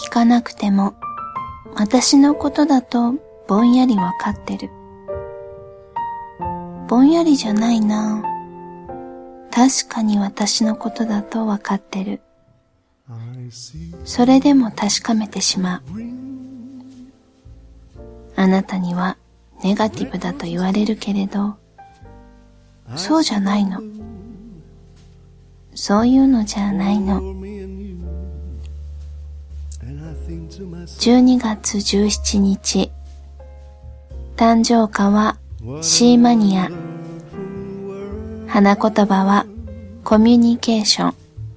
聞かなくても私のことだとぼんやりわかってる。ぼんやりじゃないな。確かに私のことだとわかってる。それでも確かめてしまう。あなたにはネガティブだと言われるけれど、そうじゃないの。そういうのじゃないの。12月17日、誕生花はシーマニア。花言葉はコミュニケーション。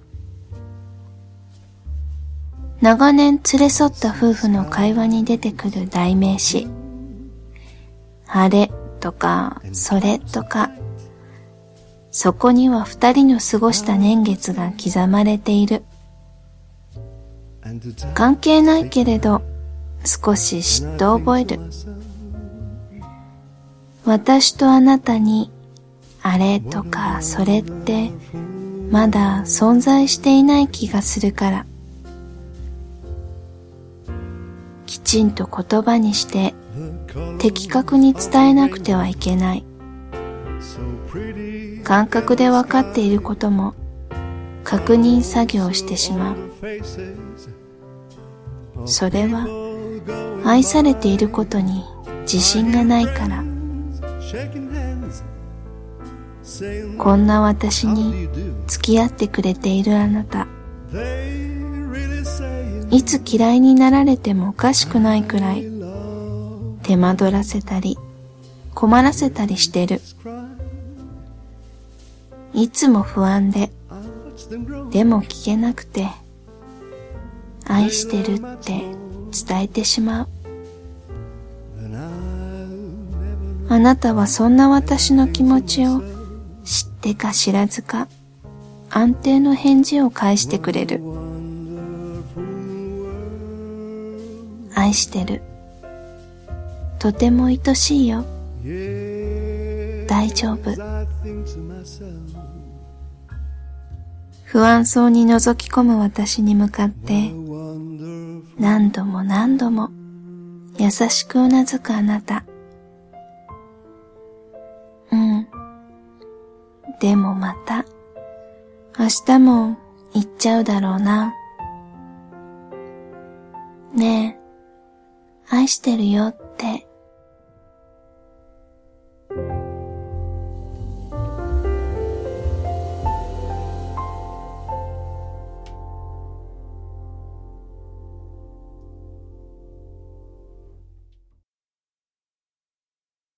長年連れ添った夫婦の会話に出てくる代名詞。あれとかそれとか、そこには二人の過ごした年月が刻まれている。関係ないけれど少し嫉妬を覚える。私とあなたにあれとかそれってまだ存在していない気がするから、きちんと言葉にして的確に伝えなくてはいけない。感覚で分かっていることも確認作業をしてしまう。それは愛されていることに自信がないから。こんな私に付き合ってくれているあなた、いつ嫌いになられてもおかしくないくらい手間取らせたり困らせたりしてる。いつも不安で、でも聞けなくて、愛してるって伝えてしまう。あなたはそんな私の気持ちを知ってか知らずか安定の返事を返してくれる。愛してる。とても愛しいよ。大丈夫。不安そうに覗き込む私に向かって何度も何度も優しくうなずくあなた。でもまた明日も行っちゃうだろうな。ねえ、愛してるよって